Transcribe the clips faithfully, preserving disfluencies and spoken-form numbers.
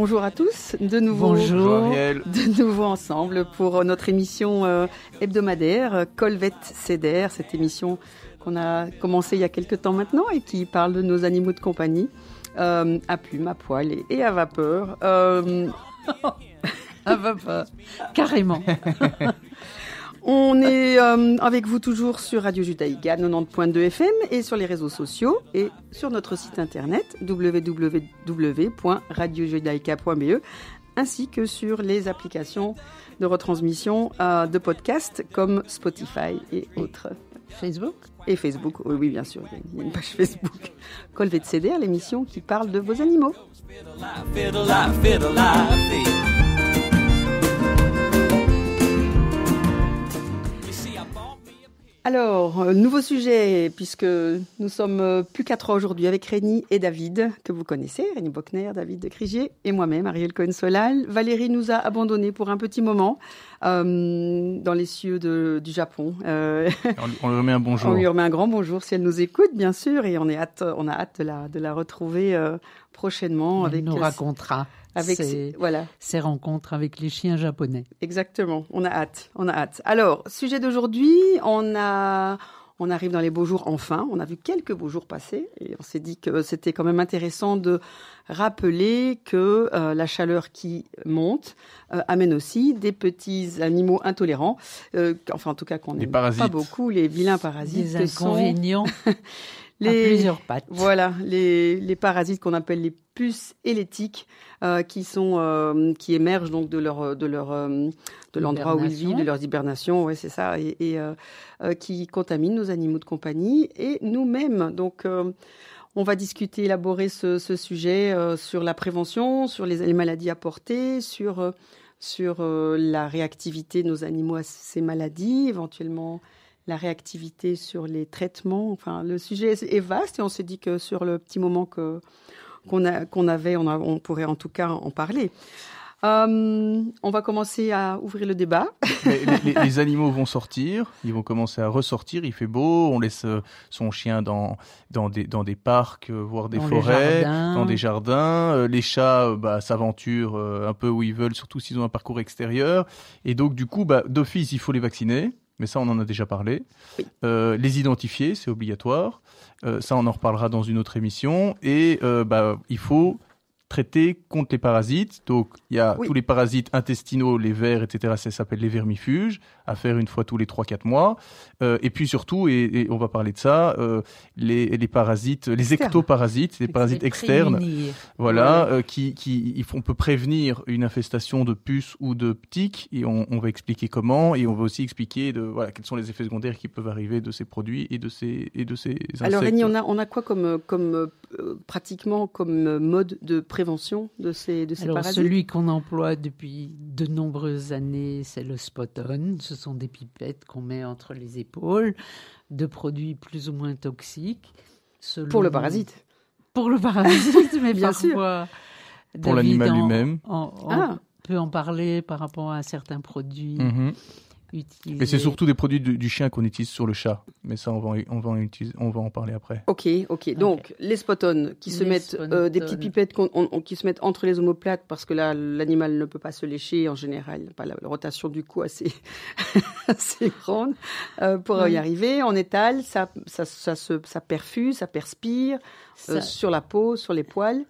bonjour à tous, de nouveau, bonjour. de nouveau ensemble pour notre émission euh, hebdomadaire Colvette C D R, cette émission qu'on a commencée il y a quelques temps maintenant et qui parle de nos animaux de compagnie, euh, à plumes, à poil et, et à vapeur. Euh... à vapeur, carrément. On est euh, avec vous toujours sur Radio Judaïka quatre-vingt-dix point deux F M et sur les réseaux sociaux et sur notre site internet w w w point radio judaïka point b e ainsi que sur les applications de retransmission euh, de podcasts comme Spotify et autres. Facebook Et Facebook, oui, oui bien sûr, il y a une page Facebook. Colvette C D R, l'émission qui parle de vos animaux. Alors, euh, nouveau sujet, puisque nous sommes euh, plus qu'à trois aujourd'hui avec Rémi et David, que vous connaissez, Rémi Bockner, David de Crigier, et moi-même, Ariel Cohen-Solal. Valérie nous a abandonnés pour un petit moment euh, dans les cieux de, du Japon. Euh, on, on lui remet un bonjour. On lui remet un grand bonjour si elle nous écoute, bien sûr, et on, est hâte, on a hâte de la, de la retrouver euh, prochainement. Elle avec nous racontera. Avec ses, ses, voilà. ses rencontres avec les chiens japonais. Exactement, on a hâte, on a hâte. Alors, sujet d'aujourd'hui, on a, on arrive dans les beaux jours enfin. On a vu quelques beaux jours passer et on s'est dit que c'était quand même intéressant de rappeler que euh, la chaleur qui monte euh, amène aussi des petits animaux intolérants, euh, enfin en tout cas qu'on n'aime pas beaucoup, les vilains parasites. Des inconvénients. Sont... Les, à plusieurs pattes. Voilà, les, les parasites qu'on appelle les puces et les tiques, euh, qui sont, euh, qui émergent donc de leur, de leur, euh, de l'endroit où ils vivent, de leurs hibernations, ouais, c'est ça, et, et euh, euh, qui contaminent nos animaux de compagnie et nous-mêmes. Donc, euh, on va discuter, élaborer ce, ce sujet euh, sur la prévention, sur les, les maladies apportées, sur, euh, sur euh, la réactivité de nos animaux à ces maladies, éventuellement la réactivité sur les traitements. Enfin, le sujet est vaste et on s'est dit que sur le petit moment que, qu'on, a, qu'on avait, on, a, on pourrait en tout cas en parler. Euh, on va commencer à ouvrir le débat. les, les, les animaux vont sortir, ils vont commencer à ressortir, il fait beau, on laisse son chien dans, dans, des, dans des parcs, voire des dans forêts, dans des jardins. Euh, les chats bah, s'aventurent euh, un peu où ils veulent, surtout s'ils ont un parcours extérieur. Et donc, du coup, bah, d'office, il faut les vacciner. Mais ça, on en a déjà parlé. Oui. Euh, les identifier, c'est obligatoire. Euh, ça, on en reparlera dans une autre émission. Et euh, bah, il faut traiter contre les parasites. Donc, il y a oui. tous les parasites intestinaux, les vers, et cetera. Ça s'appelle les vermifuges, à faire une fois tous les trois quatre mois. Euh, et puis surtout, et, et on va parler de ça, euh, les, les parasites, les ectoparasites, les parasites externes, voilà, ouais. euh, qui, qui, on peut prévenir une infestation de puces ou de tiques, et on, on va expliquer comment, et on va aussi expliquer de, voilà, quels sont les effets secondaires qui peuvent arriver de ces produits et de ces, et de ces insectes. Alors, Rémi, on a, on a quoi comme, comme euh, pratiquement comme mode de prévention de ces, de ces Alors, parasites? Celui qu'on emploie depuis de nombreuses années, c'est le spot-on. Ce sont des pipettes qu'on met entre les épaules, de produits plus ou moins toxiques. Selon... Pour le parasite. Pour le parasite, mais bien sûr. Pour David l'animal en, lui-même. On, on ah. peut en parler par rapport à certains produits. Mm-hmm. Utilisés. Mais c'est surtout des produits du, du chien qu'on utilise sur le chat. Mais ça, on va, on va, en, utiliser, on va en parler après. Ok, ok. Donc, okay. les spot-on qui les se mettent, euh, des petites pipettes qu'on, on, qui se mettent entre les omoplates parce que là, l'animal ne peut pas se lécher en général. Pas la, la rotation du cou assez, assez grande euh, pour oui. y arriver. On étale, ça, ça, ça, ça, ça perfuse, ça perspire ça... Euh, sur la peau, sur les poils.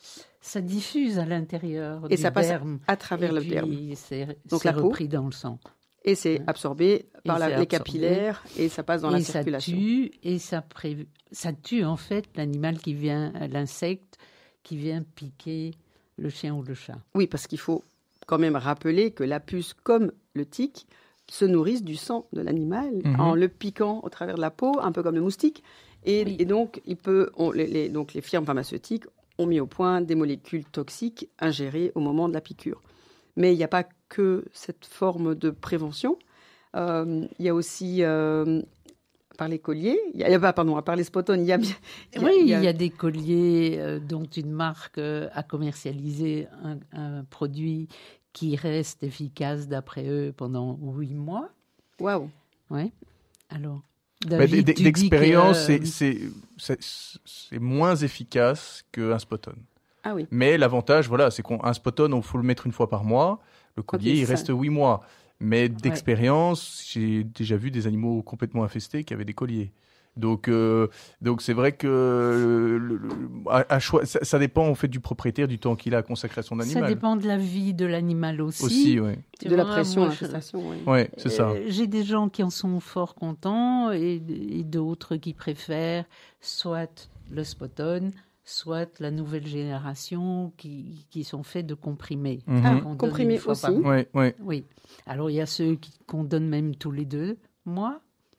Ça diffuse à l'intérieur et du ça passe derme. à travers et le puis derme. C'est, donc c'est la peau. repris dans le sang. Et c'est absorbé et par c'est la, les capillaires et ça passe dans et la ça circulation. Tue, et ça, pré... ça tue en fait l'animal qui vient, l'insecte qui vient piquer le chien ou le chat. Oui, parce qu'il faut quand même rappeler que la puce, comme le tique, se nourrissent du sang de l'animal mm-hmm. en le piquant au travers de la peau, un peu comme le moustique. Et, oui. et donc, il peut, on, les, les, donc, les firmes pharmaceutiques ont mis au point des molécules toxiques ingérées au moment de la piqûre. Mais il n'y a pas que cette forme de prévention. Euh, il y a aussi, euh, par les colliers, il y a, pardon, à part les spot-on, il y a... Il y a oui, il y a, il y a des colliers euh, dont une marque euh, a commercialisé un, un produit qui reste efficace d'après eux pendant huit mois. Waouh. Oui. Alors, David, d'expérience, que... c'est, c'est, c'est, c'est moins efficace qu'un spot-on. Ah oui. Mais l'avantage, voilà, c'est qu'un spot-on, il faut le mettre une fois par mois. Le collier, okay, il reste huit mois. Mais d'expérience, ouais. j'ai déjà vu des animaux complètement infestés qui avaient des colliers. Donc, euh, donc c'est vrai que le, le, à, à choix, ça, ça dépend en fait du propriétaire, du temps qu'il a à consacrer à son animal. Ça dépend de la vie de l'animal aussi. Aussi, oui. De vois, la pression, l'infestation. Oui, ouais, c'est ça. Euh, j'ai des gens qui en sont fort contents et, et d'autres qui préfèrent soit le spot-on, soit la nouvelle génération qui, qui sont faits de comprimés. Mm-hmm. Ah, comprimés aussi. Oui, oui. Oui. Alors, il y a ceux qui, qu'on donne même tous les deux mois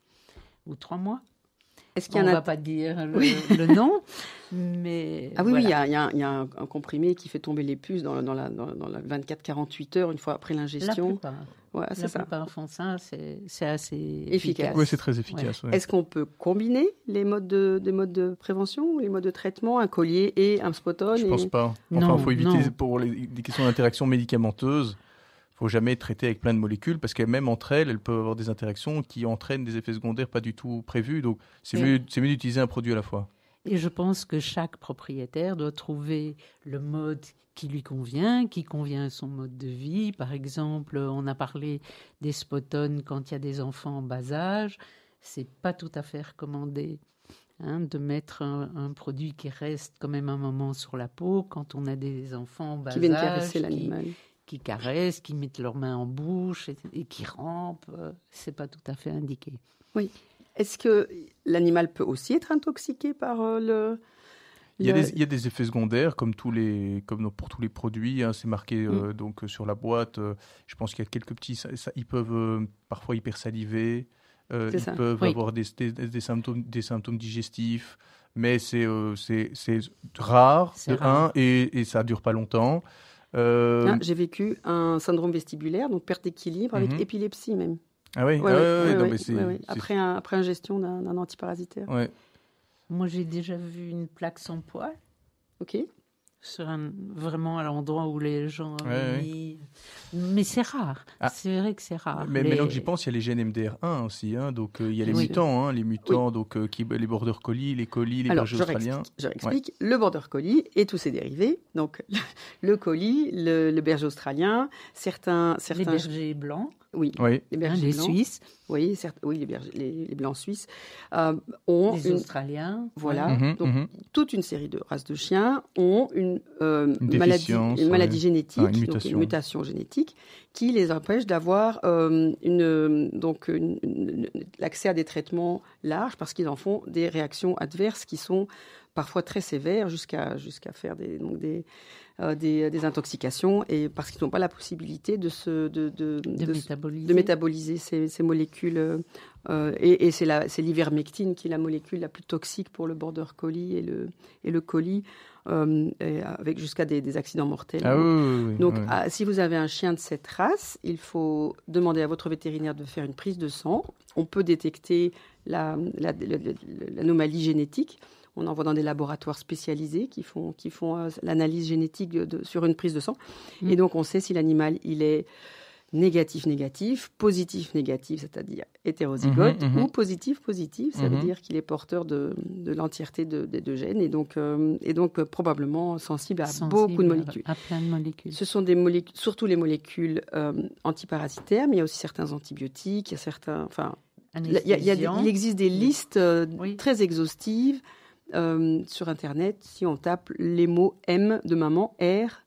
ou trois mois. Est-ce qu'il y en a... On ne va pas dire le, oui. le nom, mais... Ah oui, voilà. oui, il y a, il y a, il y a un, un comprimé qui fait tomber les puces dans, dans la, dans, dans la vingt-quatre à quarante-huit heures, une fois après l'ingestion. La plupart. Ouais, c'est la ça. plupart font ça, c'est, c'est assez efficace. efficace. Oui, c'est très efficace. Ouais. Ouais. Est-ce qu'on peut combiner les modes de, des modes de prévention, les modes de traitement, un collier et un spot-on? Je ne et... pense pas. Enfin, il faut éviter, non. Pour les, les questions d'interaction médicamenteuse, il ne faut jamais traiter avec plein de molécules parce que même entre elles, elles peuvent avoir des interactions qui entraînent des effets secondaires pas du tout prévus. Donc, c'est, mieux, c'est mieux d'utiliser un produit à la fois. Et je pense que chaque propriétaire doit trouver le mode qui lui convient, qui convient à son mode de vie. Par exemple, on a parlé des spot-on quand il y a des enfants en bas âge. C'est pas tout à fait recommandé hein, de mettre un, un produit qui reste quand même un moment sur la peau quand on a des enfants en bas âge. Qui viennent caresser l'animal. Qui caressent, qui mettent leurs mains en bouche et, et qui rampent. C'est pas tout à fait indiqué. Oui. Est-ce que l'animal peut aussi être intoxiqué par euh, le... Il y, a des, il y a des effets secondaires, comme, tous les, comme pour tous les produits. Hein, c'est marqué euh, mm. donc, sur la boîte. Euh, je pense qu'il y a quelques petits... Ça, ça, ils peuvent euh, parfois hypersaliver. Euh, ils ça. peuvent oui. avoir des, des, des, symptômes, des symptômes digestifs. Mais c'est, euh, c'est, c'est rare, c'est de rare. un, et, et ça ne dure pas longtemps. Euh... Ah, j'ai vécu un syndrome vestibulaire, donc perte d'équilibre, avec mm-hmm. épilepsie même. Ah oui, ouais, ah, ouais, ouais, ouais, non, ouais, mais c'est, ouais, ouais. c'est... Après, un, après ingestion d'un, d'un antiparasitaire. Ouais. Moi, j'ai déjà vu une plaque sans poil. Ok. Sur un, vraiment à l'endroit où les gens avaient ouais, mis... Ouais. Mais c'est rare. Ah. C'est vrai que c'est rare. Mais les... maintenant que j'y pense, il y a les gènes M D R un aussi. Hein, donc, euh, il y a les oui. mutants, hein, les mutants, oui. donc, euh, qui, les border collies, les colis, les bergers australiens. Je réexplique. Ouais. Le border collie et tous ses dérivés. Donc, le colis, le, le berger australien, certains, certains... Les bergers blancs. Oui, oui. les bergers hein, les blancs. Suisses. Oui, certes, oui les, bergers, les, les blancs suisses euh, ont les une, Australiens. Voilà, ouais. donc mm-hmm. toute une série de races de chiens ont une, euh, une maladie, une maladie ouais. génétique, ah, une, mutation. Donc une mutation génétique, qui les empêche d'avoir euh, une, donc une, une, l'accès à des traitements larges parce qu'ils en font des réactions adverses qui sont parfois très sévères jusqu'à jusqu'à faire des donc des Euh, des, des intoxications et parce qu'ils n'ont pas la possibilité de, se, de, de, de, de, métaboliser. de métaboliser ces, ces molécules. Euh, et et c'est, la, c'est l'ivermectine qui est la molécule la plus toxique pour le border collie et le, et le colis, euh, et avec jusqu'à des, des accidents mortels. Ah, donc, oui, oui, donc oui. ah, si vous avez un chien de cette race, il faut demander à votre vétérinaire de faire une prise de sang. On peut détecter la, la, la, la, l'anomalie génétique. On envoie dans des laboratoires spécialisés qui font, qui font euh, l'analyse génétique de, de, sur une prise de sang. Mmh. Et donc, on sait si l'animal il est négatif-négatif, positif-négatif, c'est-à-dire hétérozygote, mmh, mmh. ou positif-positif, ça mmh. veut dire qu'il est porteur de, de l'entièreté de, des deux gènes et donc, euh, et donc euh, probablement sensible à sensible beaucoup de molécules. À plein de molécules. Ce sont des molécules, surtout les molécules euh, antiparasitaires, mais il y a aussi certains antibiotiques, il y a certains... Enfin, il, y a, il, y a des, il existe des listes euh, oui. très exhaustives. Euh, sur Internet, si on tape les mots M de maman, R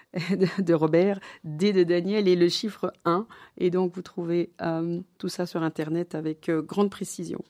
de, de Robert, D de Daniel et le chiffre un. Et donc, vous trouvez euh, tout ça sur Internet avec euh, grande précision.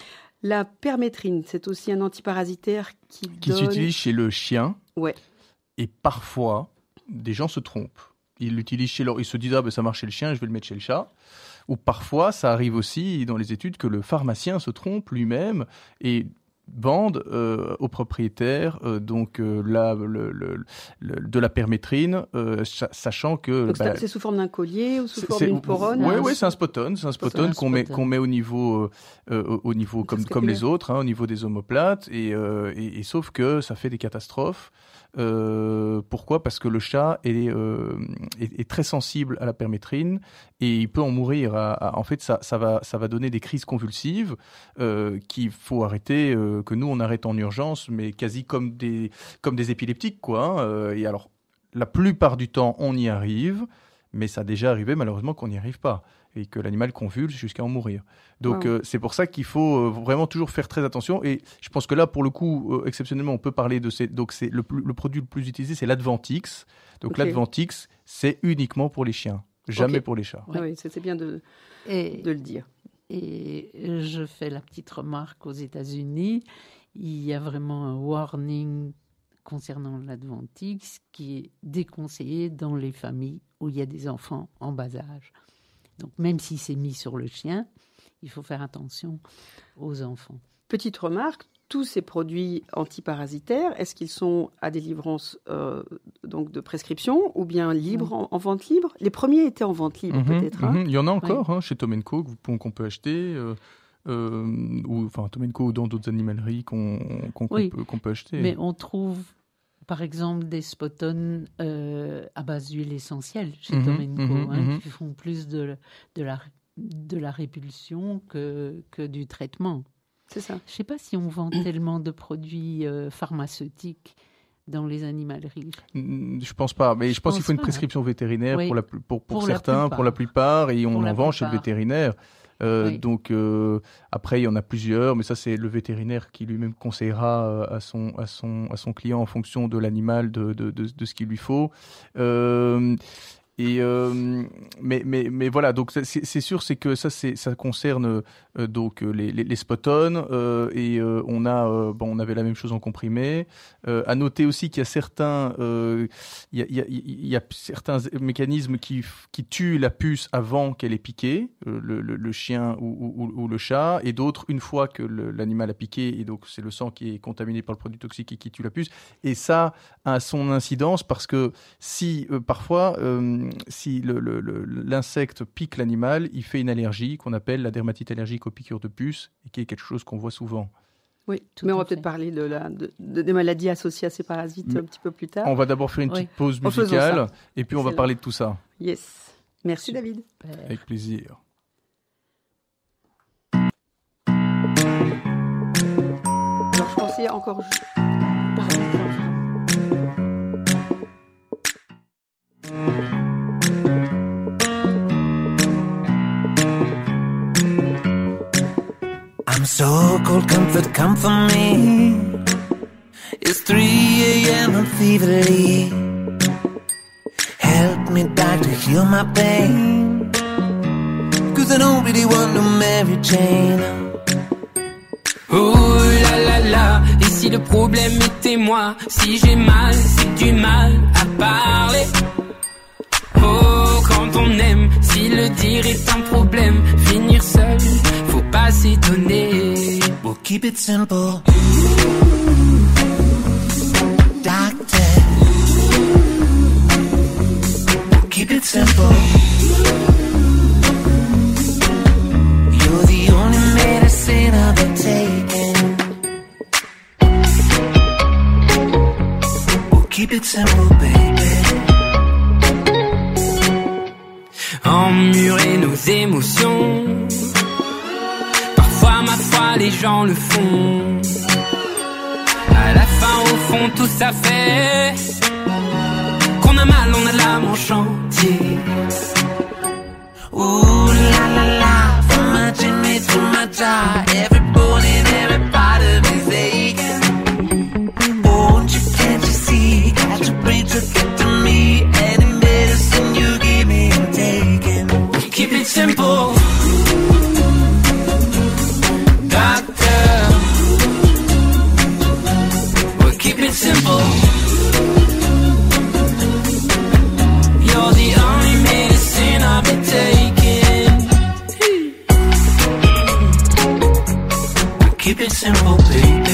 La permétrine, c'est aussi un antiparasitaire qui, qui donne... s'utilise chez le chien. Ouais. Et parfois, des gens se trompent. Ils l'utilisent chez leur... Ils se disent « Ah, ben ça marche chez le chien, je vais le mettre chez le chat ». Ou parfois, ça arrive aussi dans les études que le pharmacien se trompe lui-même et vendent euh, aux propriétaires euh, donc euh, la, le, le, le, de la permétrine, euh, sachant que donc bah, c'est sous forme d'un collier ou sous forme d'une poronne. Oui, oui, c'est un spot-on, c'est un spot-on qu'on met qu'on met au niveau euh, au niveau comme comme les autres, hein, au niveau des omoplates et, euh, et, et sauf que ça fait des catastrophes. Euh, pourquoi ? Parce que le chat est, euh, est, est très sensible à la permétrine et il peut en mourir. À, à, en fait, ça, ça, va, ça va donner des crises convulsives euh, qu'il faut arrêter, euh, que nous on arrête en urgence, mais quasi comme des, comme des épileptiques, quoi. Hein. Euh, et alors, la plupart du temps, on y arrive, mais ça a déjà arrivé malheureusement qu'on n'y arrive pas et que l'animal convulse jusqu'à en mourir. Donc, wow. euh, c'est pour ça qu'il faut euh, vraiment toujours faire très attention. Et je pense que là, pour le coup, euh, exceptionnellement, on peut parler de ces... Donc, c'est le, plus, le produit le plus utilisé, c'est l'Advantix. Donc, okay. l'Advantix, c'est uniquement pour les chiens, jamais okay. pour les chats. Ouais. Oui, c'est, c'est bien de, et, de le dire. Et je fais la petite remarque aux États-Unis. Il y a vraiment un warning concernant l'Advantix qui est déconseillé dans les familles où il y a des enfants en bas âge. Donc, même si c'est mis sur le chien, il faut faire attention aux enfants. Petite remarque, tous ces produits antiparasitaires, est-ce qu'ils sont à délivrance euh, donc de prescription ou bien libres, oui. en, en vente libre ? Les premiers étaient en vente libre, mmh, peut-être. Hein. Mmh. Il y en a encore oui. hein, chez Tom and Co qu'on peut acheter, euh, euh, ou enfin Tom and Co ou dans d'autres animaleries qu'on, qu'on, oui. qu'on, peut, qu'on peut acheter. Mais on trouve... Par exemple, des spotons euh, à base d'huile essentielle chez mmh, Tom and Co, mmh, hein, mmh. qui font plus de, de, la, de la répulsion que, que du traitement. C'est ça. Je ne sais pas si on vend tellement de produits euh, pharmaceutiques dans les animaleries. Je ne pense pas, mais je, je pense, pense qu'il faut une prescription vétérinaire oui. pour, la, pour, pour, pour certains, la pour la plupart, et on pour en vend chez le vétérinaire. Euh, oui. Donc euh, après il y en a plusieurs, mais ça c'est le vétérinaire qui lui-même conseillera euh, à son à son à son client en fonction de l'animal, de de de, de ce qu'il lui faut. Euh, Et euh, mais mais mais voilà, donc c'est, c'est sûr, c'est que ça c'est ça concerne euh, donc les les, les spotons euh, et euh, on a euh, bon on avait la même chose en comprimé. Euh, à noter aussi qu'il y a certains il euh, y a il y a il y a certains mécanismes qui qui tuent la puce avant qu'elle ait piqué, euh, le, le le chien ou, ou ou le chat, et d'autres une fois que le, l'animal a piqué, et donc c'est le sang qui est contaminé par le produit toxique et qui tue la puce. Et ça a son incidence parce que si euh, parfois euh, si le, le, le, l'insecte pique l'animal, il fait une allergie qu'on appelle la dermatite allergique aux piqûres de puces, et qui est quelque chose qu'on voit souvent. Oui, tout mais on va fait. peut-être parler de, la, de, de, des maladies associées à ces parasites mais un petit peu plus tard. On va d'abord faire une petite oui. pause musicale, et puis on va parler de tout ça. Yes. Merci David. Super. Avec plaisir. Alors je pensais encore... I'm so cold, comfort, come for me. It's three a.m. and feverly. Help me, doctor, heal my pain. Cause I don't really want no Mary Jane. Oh la la la, et si le problème était moi? Si j'ai mal, c'est du mal à parler. Oh, quand on aime, si le dire est un problème, finir seul, faut pas s'étonner. We'll keep it simple, doctor. We'll keep it simple. You're the only medicine I've been taking. We'll keep it simple, baby. Emmurer nos émotions. Parfois, ma foi, les gens le font. À la fin, au fond, tout ça fait qu'on a mal, on a l'âme en chantier. Ooh la la la, from my chimney to my jaw, every bone and every part of me's aching. Won't you, can't you see? Got to bring to get to me. Any medicine you give me, I'm taking. Keep it simple, doctor. We'll keep it simple. You're the only medicine I've been taking. We'll keep it simple, baby.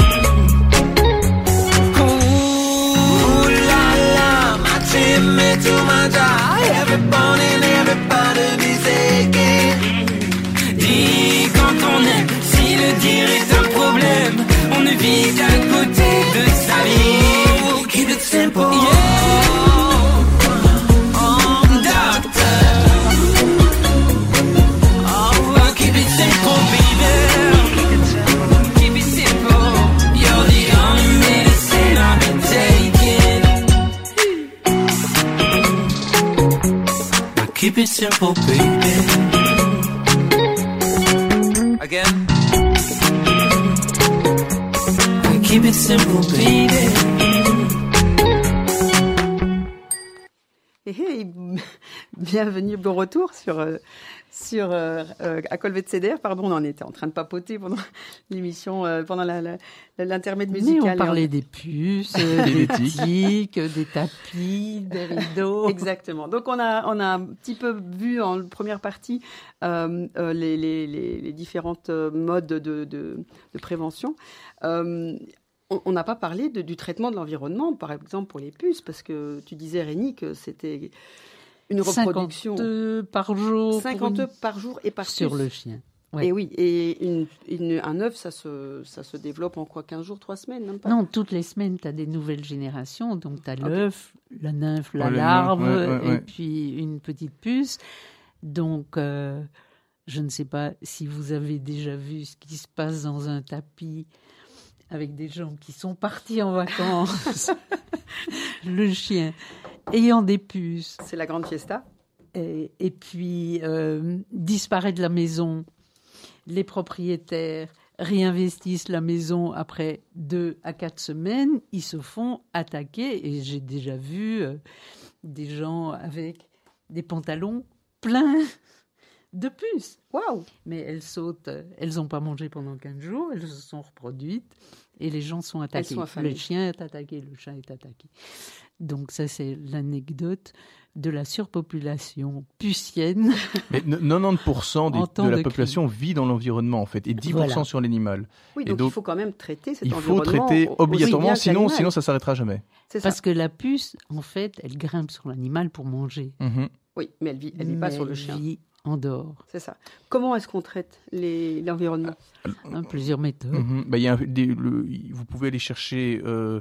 Ooh la la, my chimney to my jaw, every bone and every part of me's aching. Dis quand on aime, si le dire est un problème, on ne vit qu'à côté de sa vie. Keep it simple, baby. Again. Keep it simple, baby. Hey, hey, bienvenue, bon retour sur euh, sur euh, euh, à Colbet-Céder. Pardon, on en était en train de papoter pendant l'émission, euh, pendant la, la, l'intermède musical. Mais on parlait des puces, euh, des tiques, des tapis, des rideaux. Exactement. Donc on a on a un petit peu vu en première partie euh, euh, les, les les les différentes modes de de, de prévention. Euh, On n'a pas parlé de, du traitement de l'environnement, par exemple pour les puces, parce que tu disais, Rémi, que c'était une reproduction... cinquante par jour. cinquante une... par jour et par Sur puce. le chien. Ouais. Et oui, et une, une, un œuf, ça se, ça se développe en quoi, quinze jours, trois semaines, même pas? Non, toutes les semaines, tu as des nouvelles générations. Donc, tu as okay. l'œuf, la nymphe, la ouais, larve, ouais, ouais, ouais. et puis une petite puce. Donc, euh, je ne sais pas si vous avez déjà vu ce qui se passe dans un tapis avec des gens qui sont partis en vacances, le chien ayant des puces. C'est la grande fiesta. Et, et puis, euh, disparaît de la maison. Les propriétaires réinvestissent la maison après deux à quatre semaines. Ils se font attaquer. Et j'ai déjà vu euh, des gens avec des pantalons pleins de puces. Waouh! Mais elles sautent, elles n'ont pas mangé pendant quinze jours, elles se sont reproduites et les gens sont attaqués. Sont le chien est attaqué, le chat est attaqué. Donc ça, c'est l'anecdote de la surpopulation pucienne. Mais quatre-vingt-dix pour cent des, de la de population crime. Vit dans l'environnement, en fait, et dix pour cent voilà. Sur l'animal. Oui, donc, donc il faut quand même traiter cet il environnement. Il faut traiter obligatoirement, sinon, sinon ça ne s'arrêtera jamais. C'est Parce ça. Que la puce, en fait, elle grimpe sur l'animal pour manger. Mm-hmm. Oui, mais elle ne vit, elle vit pas sur le chien. Vit en dehors. C'est ça. Comment est-ce qu'on traite les, l'environnement? Hein, Plusieurs méthodes. Mm-hmm. Bah, y a un, des, le, vous pouvez aller chercher euh,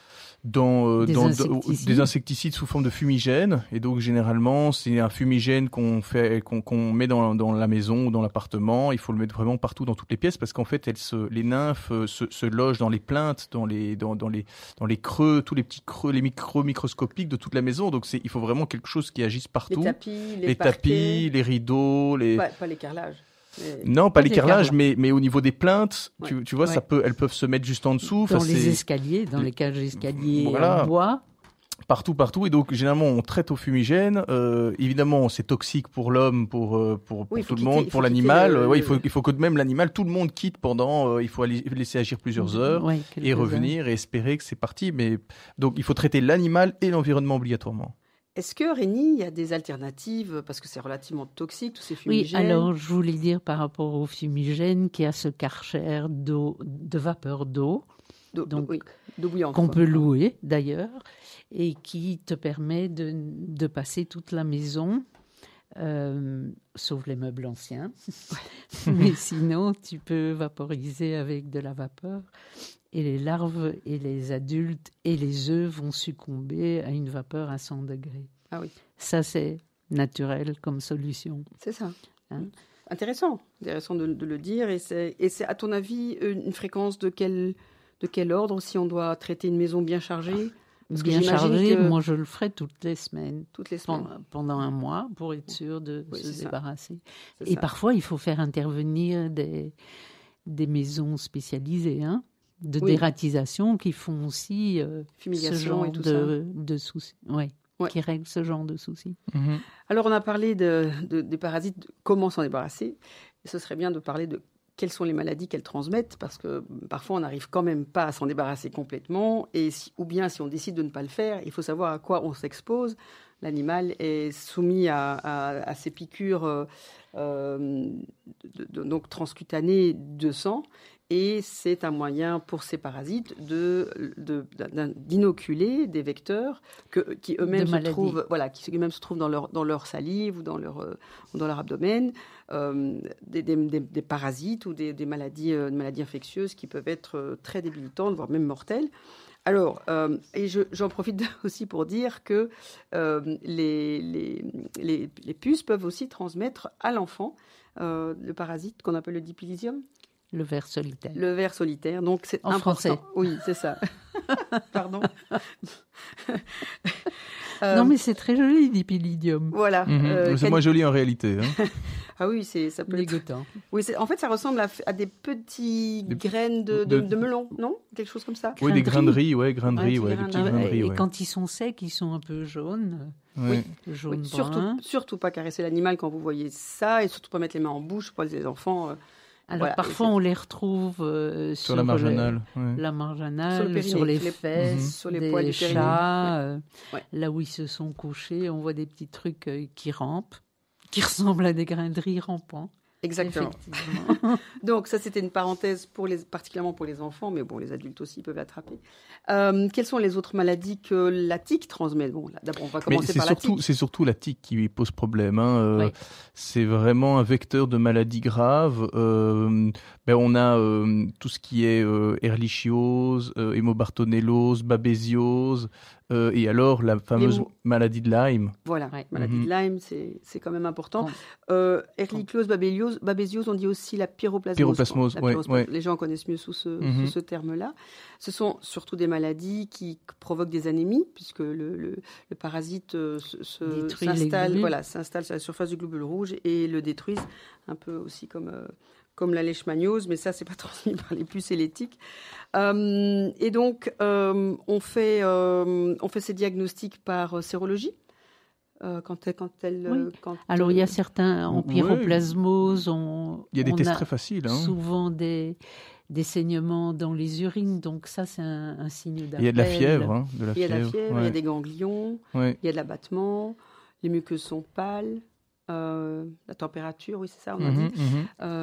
dans, euh, des, dans insecticides. des insecticides sous forme de fumigène. Et donc, généralement, c'est un fumigène qu'on, fait, qu'on, qu'on met dans, dans la maison ou dans l'appartement. Il faut le mettre vraiment partout dans toutes les pièces parce qu'en fait, elles se, les nymphes se, se logent dans les plinthes, dans les, dans, dans, les, dans les creux, tous les petits creux, les micros microscopiques de toute la maison. Donc, c'est, il faut vraiment quelque chose qui agisse partout. Les tapis, les, les tapis, les rideaux. Les... Pas, pas les carrelages. Mais... Non, pas, pas les carrelages, mais, mais au niveau des plinthes, ouais. tu, tu vois, ouais. ça peut, elles peuvent se mettre juste en dessous. Dans les c'est... escaliers, dans les cages d'escalier voilà. en bois. Partout, partout. Et donc, généralement, on traite au fumigène. Euh, évidemment, c'est toxique pour l'homme, pour, euh, pour, pour oui, tout le quitter, monde, pour l'animal. Le... Ouais, il, faut, il faut que même l'animal, tout le monde quitte pendant... Euh, il faut aller, laisser agir plusieurs heures ouais, et revenir heures. Et espérer que c'est parti. Mais donc, il faut traiter l'animal et l'environnement obligatoirement. Est-ce que, Rémi, il y a des alternatives, parce que c'est relativement toxique, tous ces fumigènes? Oui, alors je voulais dire par rapport aux fumigènes qu'il y a ce Karcher d'eau, de vapeur d'eau, d'eau, donc, oui, d'eau bouillante, qu'on quoi. peut louer d'ailleurs, et qui te permet de, de passer toute la maison, euh, sauf les meubles anciens. Mais sinon, tu peux vaporiser avec de la vapeur. Et les larves et les adultes et les œufs vont succomber à une vapeur à cent degrés. Ah oui. Ça, c'est naturel comme solution. C'est ça. Hein? Intéressant. Intéressant de, de le dire. Et c'est, et c'est, à ton avis, une fréquence de quel, de quel ordre si on doit traiter une maison bien chargée? Parce bien chargée, que... moi, je le ferai toutes les semaines. Toutes les semaines. Pendant, pendant un mois pour être sûr de oui, se débarrasser. C'est et ça. Parfois, il faut faire intervenir des, des maisons spécialisées, hein de oui. dératisation qui font aussi euh, ce genre et tout de, ça. de soucis, ouais, ouais. qui règlent ce genre de soucis. Mm-hmm. Alors, on a parlé de, de, des parasites, de comment s'en débarrasser. Et ce serait bien de parler de quelles sont les maladies qu'elles transmettent, parce que parfois, on n'arrive quand même pas à s'en débarrasser complètement. Et si, ou bien, si on décide de ne pas le faire, il faut savoir à quoi on s'expose. L'animal est soumis à, à, à ces piqûres euh, euh, de, de, donc transcutanées de sang. Et c'est un moyen pour ces parasites de, de, de, d'inoculer des vecteurs que, qui eux-mêmes se trouvent, voilà, qui eux-mêmes se trouvent dans leur, dans leur salive ou dans leur, euh, dans leur abdomen, euh, des, des, des, des parasites ou des, des maladies, euh, des maladies infectieuses qui peuvent être très débilitantes, voire même mortelles. Alors, euh, et je, j'en profite aussi pour dire que euh, les, les, les, les puces peuvent aussi transmettre à l'enfant euh, le parasite qu'on appelle le dipilisium. Le ver solitaire. Le ver solitaire, donc c'est en important. Français. Oui, c'est ça. Pardon. Euh, non, mais c'est très joli, l'hypilidium. Voilà. Mm-hmm. Euh, c'est can... moins joli en réalité. Hein. Ah oui, c'est ça peut dégoûtant. Être... Oui, c'est... en fait, ça ressemble à, à des petites des... graines de, de, de... de melon, non? Quelque chose comme ça. Oui, des grains de riz, ouais, grains de riz, ouais, des petits grains de riz. Et ouais. quand ils sont secs, ils sont un peu jaunes. Oui, jaune oui. Surtout, surtout pas caresser l'animal quand vous voyez ça, et surtout pas mettre les mains en bouche pour les enfants. Euh... Alors voilà, parfois on les retrouve euh, sur, sur la marginale, le, ouais. la marginale, sur, le sur les les fesses, mmh. sur les des poils du chats, euh, ouais. là où ils se sont couchés, on voit des petits trucs euh, qui rampent, qui ressemblent à des grains de riz rampants. Exactement. Donc ça c'était une parenthèse pour les, particulièrement pour les enfants, mais bon les adultes aussi peuvent l'attraper. Euh, quelles sont les autres maladies que la tique transmet? Bon, là, d'abord on va commencer mais par surtout, la tique. C'est surtout la tique qui pose problème. Hein. Euh, oui. C'est vraiment un vecteur de maladies graves. Euh, ben on a euh, tout ce qui est euh, ehrlichiose, euh, hémobartonellose, babésiose. Euh, et alors, la fameuse mots... maladie de Lyme. Voilà, ouais. maladie mm-hmm. de Lyme, c'est, c'est quand même important. Euh, Ehrlichiose, babésiose, babésiose, on dit aussi la pyroplasmose. Pyroplasmose, la ouais, pyroplasmose. ouais. Les gens connaissent mieux sous ce, mm-hmm. sous ce terme-là. Ce sont surtout des maladies qui provoquent des anémies, puisque le, le, le parasite euh, se, se, s'installe, voilà, s'installe sur la surface du globule rouge et le détruise, un peu aussi comme... Euh, comme la leishmaniose, mais ça, c'est pas transmis par les puces et les tiques. Euh, et donc, euh, on, fait, euh, on fait ces diagnostics par sérologie. Euh, quand elle, quand elle, oui. quand, Alors, il y a certains en pyroplasmose. On, il y a des on tests a très faciles. Hein. Souvent des, des saignements dans les urines, donc ça, c'est un, un signe d'appel. Il y a de la fièvre. Hein, de la il y a de la fièvre, fièvre, ouais. il y a des ganglions, ouais. il y a de l'abattement, les muqueuses sont pâles. Euh, la température, oui, c'est ça, on a mmh, dit. Mmh.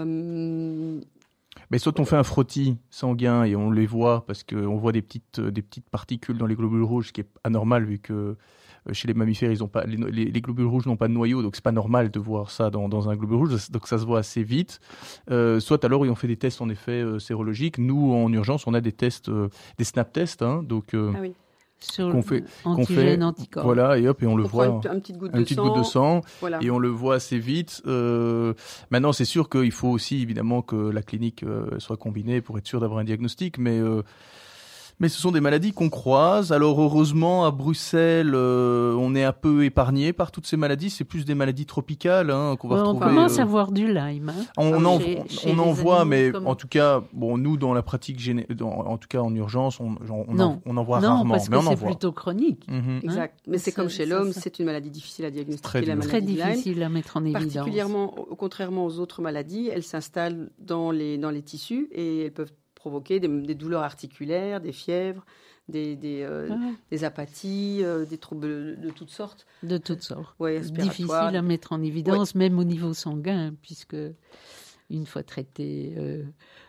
Euh, Mais soit on fait un frottis sanguin et on les voit parce qu'on voit des petites, des petites particules dans les globules rouges, ce qui est anormal vu que chez les mammifères, ils ont pas, les, les, les globules rouges n'ont pas de noyau, donc c'est pas normal de voir ça dans, dans un globule rouge, donc ça se voit assez vite. Euh, soit alors, oui, on fait des tests en effet euh, sérologiques. Nous, en urgence, on a des tests, euh, des snap tests, hein, donc... Euh, ah oui. Sur qu'on fait, antigène, qu'on fait, anticorps. Voilà, et hop, et on, on le voit. Une, une petite goutte, une de, petite sang, goutte de sang. Voilà. Et on le voit assez vite. Euh, maintenant, c'est sûr qu'il faut aussi, évidemment, que la clinique euh, soit combinée pour être sûr d'avoir un diagnostic. Mais, euh, mais ce sont des maladies qu'on croise. Alors, heureusement, à Bruxelles, euh, on est un peu épargné par toutes ces maladies. C'est plus des maladies tropicales hein, qu'on va ouais, retrouver. On commence euh... à voir du Lyme. Hein. On, en, chez, on, chez on en voit, mais comme... en tout cas, bon, nous, dans la pratique, géné... dans, en tout cas en urgence, on, on, non. en, on en voit non, rarement. Parce mais que on en c'est voit. plutôt chronique. Mm-hmm. Exact. Mais c'est ça, comme chez ça, l'homme, ça. c'est une maladie difficile à diagnostiquer. Très, la très maladie difficile de Lyme. à mettre en évidence. Particulièrement, contrairement aux autres maladies, elles s'installent dans les, dans les tissus et elles peuvent provoquer des, des douleurs articulaires, des fièvres, des, des, euh, ah. des apathies, euh, des troubles de toutes sortes. De toutes sortes. Ouais, difficile à mettre en évidence, ouais. Même au niveau sanguin, puisque une fois traité euh,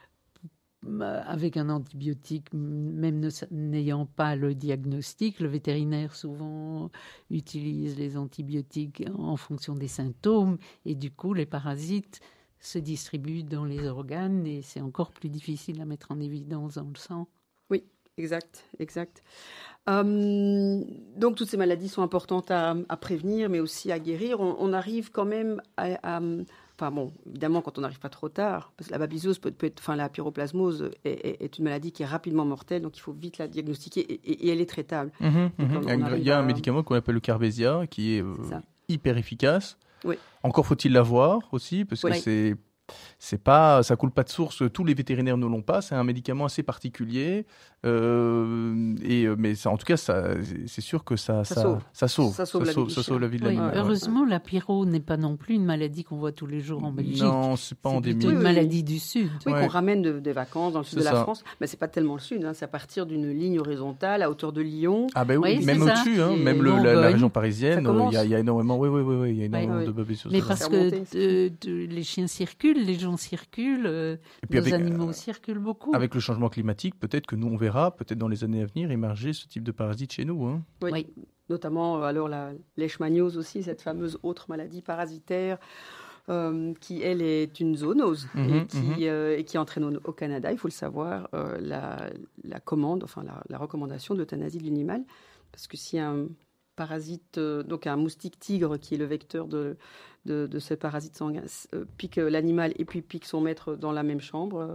avec un antibiotique, même ne, n'ayant pas le diagnostic, le vétérinaire souvent utilise les antibiotiques en fonction des symptômes, et du coup, les parasites se distribuent dans les organes, et c'est encore plus difficile à mettre en évidence dans le sang. Oui. Exact, exact. Euh, donc, toutes ces maladies sont importantes à, à prévenir, mais aussi à guérir. On, on arrive quand même à, à... Enfin bon, évidemment, quand on n'arrive pas trop tard, parce que la babésiose peut, peut être... Enfin, la pyroplasmose est, est, est une maladie qui est rapidement mortelle, donc il faut vite la diagnostiquer, et, et, et elle est traitable. Mmh, mmh. On, il y a à... un médicament qu'on appelle le Carvésia, qui est, euh, est hyper efficace. Oui. Encore faut-il l'avoir aussi, parce que oui. c'est... C'est pas, ça coule pas de source. Tous les vétérinaires ne l'ont pas. C'est un médicament assez particulier. Euh, et mais ça, en tout cas, ça, c'est sûr que ça, ça, ça, sauve. ça sauve, ça sauve, ça la, sauve, vie ça sauve la vie de oui, l'animal. Heureusement, ouais. la pyro n'est pas non plus une maladie qu'on voit tous les jours en Belgique. Non, c'est pas endémique. C'est plutôt une maladie du sud. Oui, ouais. qu'on ramène de, des vacances dans le sud c'est de la ça. France, mais c'est pas tellement le sud. Hein. C'est à partir d'une ligne horizontale à hauteur de Lyon. Ah ben oui, oui même au-dessus, hein, même le, la, la région parisienne, il y, y a énormément. Oui, oui, oui, oui, il y a énormément oui, de oui. babésiose. Mais parce que de, de, les chiens circulent, les gens circulent. Euh, et puis nos avec, animaux euh, circulent beaucoup. Avec le changement climatique, peut-être que nous, on verra, peut-être dans les années à venir, émerger ce type de parasite chez nous. Hein. Oui. oui. Notamment, alors, la leishmaniose aussi, cette fameuse autre maladie parasitaire euh, qui, elle, est une zoonose mmh, et, qui, mmh. euh, et qui entraîne au, au Canada, il faut le savoir, euh, la, la commande, enfin, la, la recommandation d'euthanasie de l'animal. Parce que si un parasite, euh, donc un moustique tigre, qui est le vecteur de... De, de ce parasite sanguin, euh, pique l'animal et puis pique son maître dans la même chambre,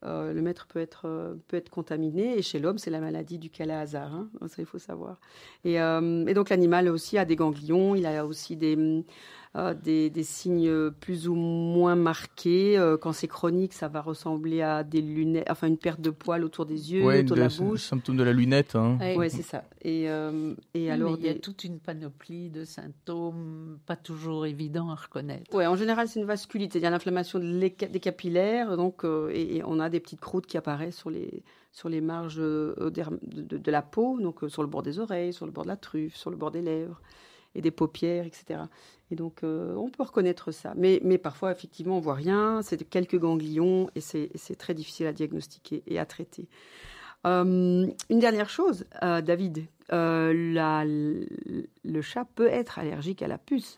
euh, le maître peut être, euh, peut être contaminé. Et chez l'homme, c'est la maladie du Kala-Azar. Hein, ça, il faut savoir. Et, euh, et donc, l'animal aussi a des ganglions. Il a aussi des... Euh, des, des signes plus ou moins marqués. Euh, quand c'est chronique, ça va ressembler à des lunettes, enfin une perte de poils autour des yeux, ouais, autour de, de la bouche. Symptôme de la lunette. Hein. Oui, ouais, c'est ça. Et, euh, et oui, alors, il y a toute une panoplie de symptômes pas toujours évidents à reconnaître. Oui, en général, c'est une vasculite, c'est-à-dire l'inflammation des capillaires, donc, euh, et, et on a des petites croûtes qui apparaissent sur les, sur les marges euh, de, de, de la peau, donc euh, sur le bord des oreilles, sur le bord de la truffe, sur le bord des lèvres et des paupières, et cetera. Et donc, euh, on peut reconnaître ça. Mais, mais parfois, effectivement, on ne voit rien. C'est quelques ganglions et c'est, c'est très difficile à diagnostiquer et à traiter. Euh, une dernière chose, euh, David. Euh, la, le chat peut être allergique à la puce.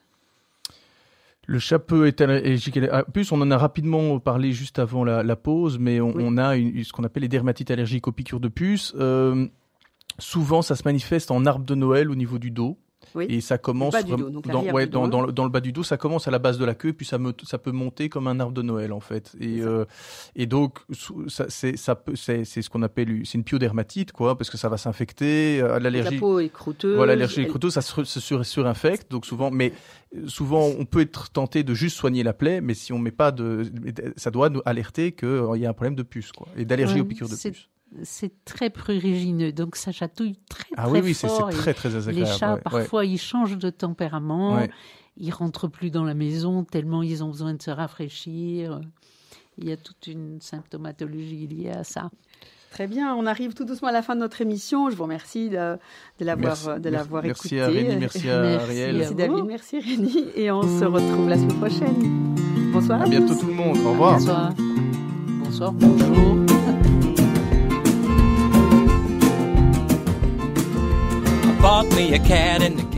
Le chat peut être allergique à la puce. On en a rapidement parlé juste avant la, la pause, mais on, oui. on a une, ce qu'on appelle les dermatites allergiques aux piqûres de puce. Euh, souvent, ça se manifeste en arbre de Noël au niveau du dos. Oui. Et ça commence bas du dos, donc dans, ouais, du dans, dos. Dans, dans le bas du dos, ça commence à la base de la queue, puis ça, me, ça peut monter comme un arbre de Noël en fait. Et, euh, et donc ça, c'est, ça peut, c'est, c'est ce qu'on appelle, c'est une pyodermatite quoi, parce que ça va s'infecter. Euh, l'allergie, la peau est croûteuse. Voilà, l'allergie elle... est croûteuse, ça se, se sur, surinfecte. Donc souvent, mais souvent on peut être tenté de juste soigner la plaie, mais si on met pas de, ça doit nous alerter qu'il y a un problème de puce quoi, et d'allergie ouais, aux piqûres de c'est... puce. C'est très prurigineux, donc ça chatouille très ah très oui, oui, fort. C'est, c'est très très désagréable. Les chats, ouais, parfois, ouais. ils changent de tempérament, ouais. ils rentrent plus dans la maison tellement ils ont besoin de se rafraîchir. Il y a toute une symptomatologie liée à ça. Très bien, on arrive tout doucement à la fin de notre émission. Je vous remercie de, de l'avoir, merci, de l'avoir merci écouté. À Rémi, merci à merci Ariel. Merci David, merci Rémi. Et on se retrouve la semaine prochaine. Bonsoir à, à bientôt tous. tout le monde. Au revoir. Bonsoir. Bonsoir, bonjour. Bought me a cat in the